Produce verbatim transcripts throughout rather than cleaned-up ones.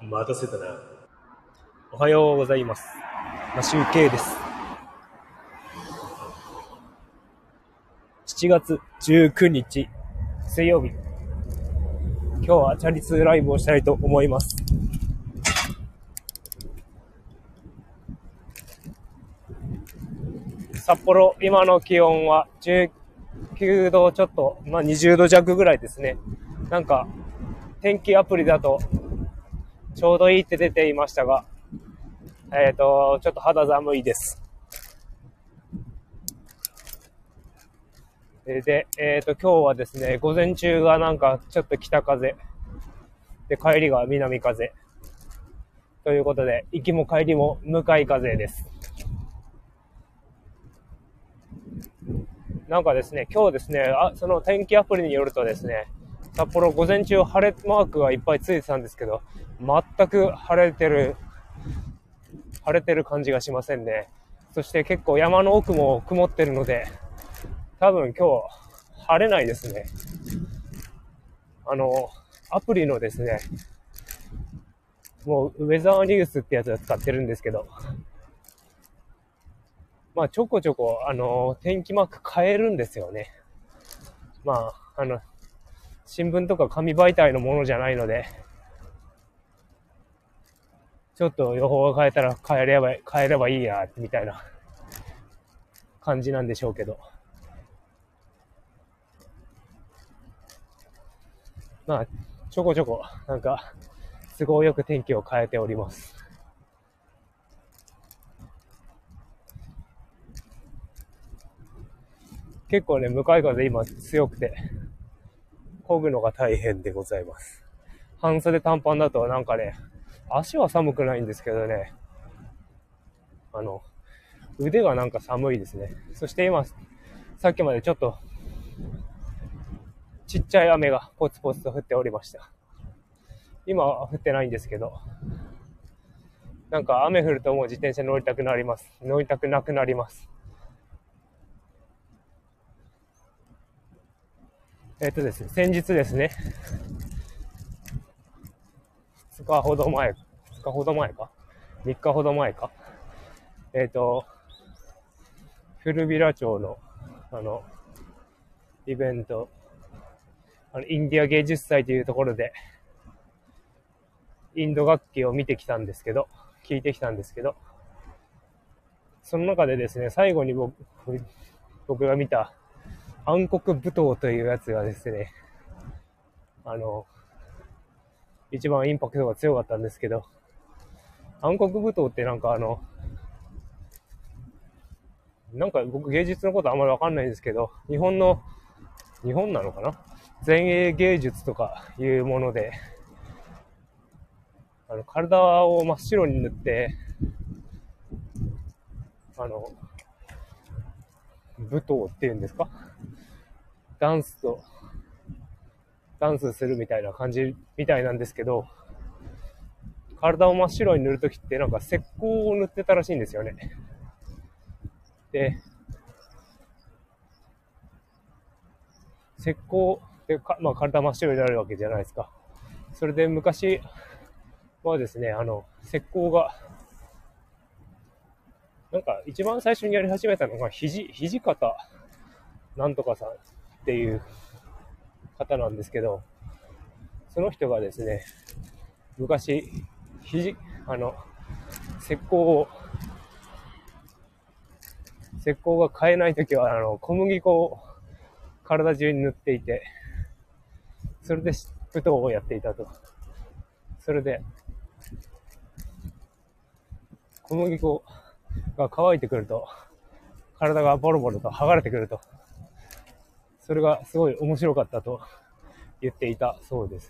待たせたな。おはようございます。マシュウケイです。しちがつじゅうくにち水曜日。今日はチャリ通ライブをしたいと思います。札幌、今の気温はじゅうきゅうどちょっと、まあにじゅうど弱ぐらいですね。なんか天気アプリだとちょうどいいって出ていましたが、えっと、ちょっと肌寒いです。で、えっと、今日はですね、午前中がなんかちょっと北風。で、帰りが南風。ということで、行きも帰りも向かい風です。なんかですね、今日ですね、あ、その天気アプリによるとですね、札幌午前中晴れマークがいっぱいついてたんですけど、全く晴れてる、晴れてる感じがしませんね。そして結構山の奥も曇ってるので、多分今日晴れないですね。あの、アプリのですね、もうウェザーニュースってやつを使ってるんですけど、まあちょこちょこ、あの、天気マーク変えるんですよね。まあ、あの、新聞とか紙媒体のものじゃないので、ちょっと予報が変えたら変えれば、変えればいいや、みたいな感じなんでしょうけど。まあ、ちょこちょこ、なんか、都合よく天気を変えております。結構ね、向かい風今強くて、漕ぐのが大変でございます。半袖短パンだとなんかね、足は寒くないんですけどね、あの、腕がなんか寒いですね。そして今、さっきまでちょっと、ちっちゃい雨がポツポツと降っておりました。今は降ってないんですけど、なんか雨降るともう自転車乗りたくなります。乗りたくなくなります。えっとですね、先日ですね、ふつかほど前、ふつかほど前か ?みっ 日ほど前かえっと、古平町の、あの、イベント、あの、インディア芸術祭というところで、インド楽器を見てきたんですけど、聞いてきたんですけど、その中でですね、最後に僕、僕が見た暗黒舞踏というやつがですね、あの、一番インパクトが強かったんですけど、暗黒舞踏ってなんかあの、なんか僕芸術のことあんまりわかんないんですけど、日本の、日本なのかな前衛芸術とかいうもので、あの、体を真っ白に塗って、あの、舞踏っていうんですかダンスと、ダンスするみたいな感じみたいなんですけど、体を真っ白に塗るときってなんか石膏を塗ってたらしいんですよね。で、石膏でか、まあ、体真っ白になるわけじゃないですか。それで昔はですね、あの、石膏が、なんか一番最初にやり始めたのが、肘、肘方なんとかさんっていう方なんですけど、その人がですね、昔、肘、あの、石膏を、石膏が買えないときは、あの、小麦粉を体中に塗っていて、それで舞踏をやっていたと。それで、小麦粉が乾いてくると、体がボロボロと剥がれてくると。それがすごい面白かったと言っていたそうです。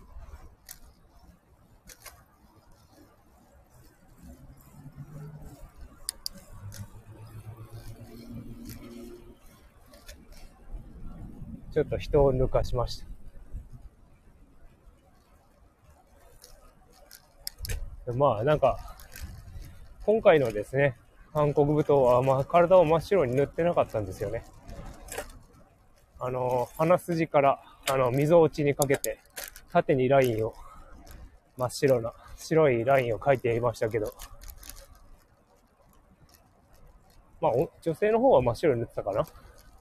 ちょっと人を抜かしました。まあなんか、今回のですね、韓国舞踏は、まあ体を真っ白に塗ってなかったんですよね。あの、鼻筋から、あの、溝落ちにかけて、縦にラインを真っ白な、白いラインを描いていましたけど、まあ、女性の方は真っ白に塗ってたかな。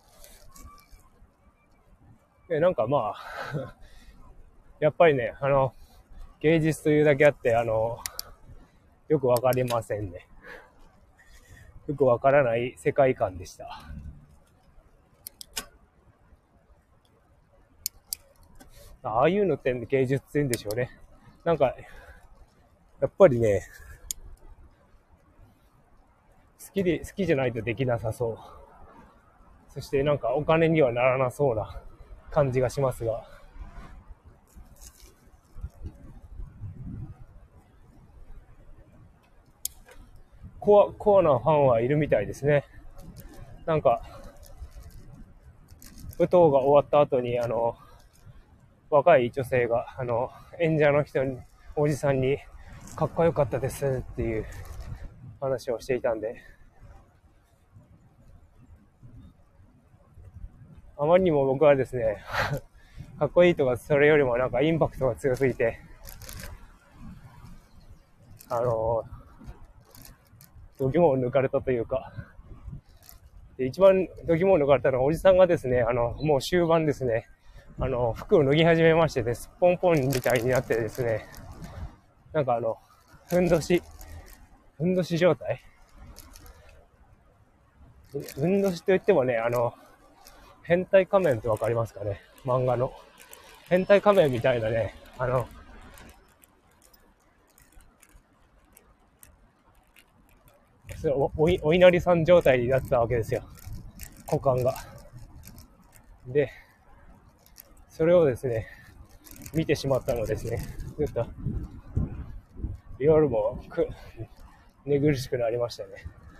で、なんかまあ、やっぱりね、あの、芸術というだけあって、あの、よくわかりませんね。よくわからない世界観でした。ああいうのって芸術って言うんでしょうね。なんか、やっぱりね、好きで、好きじゃないとできなさそう。そしてなんかお金にはならなそうな感じがしますが。コア、コアなファンはいるみたいですね。なんか、舞踏が終わった後に、あの、若い女性が、あの、演者の人に、おじさんに、かっこよかったですっていう話をしていたんで、あまりにも僕はですね、かっこいいとかそれよりもなんかインパクトが強すぎて、あの、度肝を抜かれたというか、で一番度肝を抜かれたのはおじさんがですね、あの、もう終盤ですね、あの、服を脱ぎ始めましてです、ポンポンみたいになってですね、なんかあの、ふんどし、ふんどし状態ふんどしといってもね、あの、変態仮面ってわかりますかね、漫画の。変態仮面みたいなね、あの、お、おい、お稲荷さん状態になってたわけですよ。股間が。で、それをですね、見てしまったのですね。ちょっと、夜もく寝苦しくなりましたね。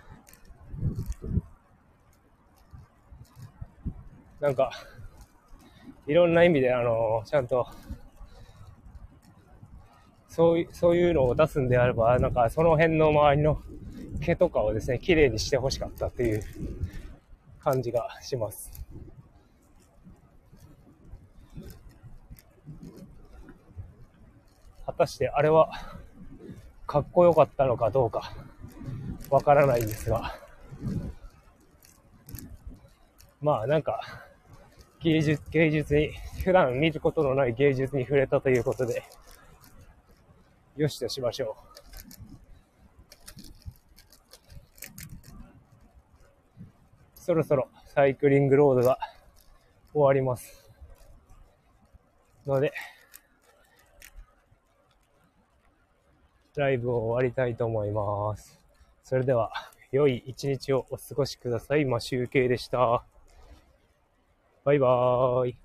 なんか、いろんな意味で、あの、ちゃんと、そういう、そういうのを出すんであれば、なんか、その辺の周りの毛とかをですね、綺麗にしてほしかったっていう感じがします。果たしてあれはかっこよかったのかどうかわからないんですが、まあなんか芸術芸術に普段見ることのない芸術に触れたということでよしとしましょう。そろそろサイクリングロードが終わりますので、ライブを終わりたいと思います。それでは良い一日をお過ごしください。まあ、集計でした。バイバーイ。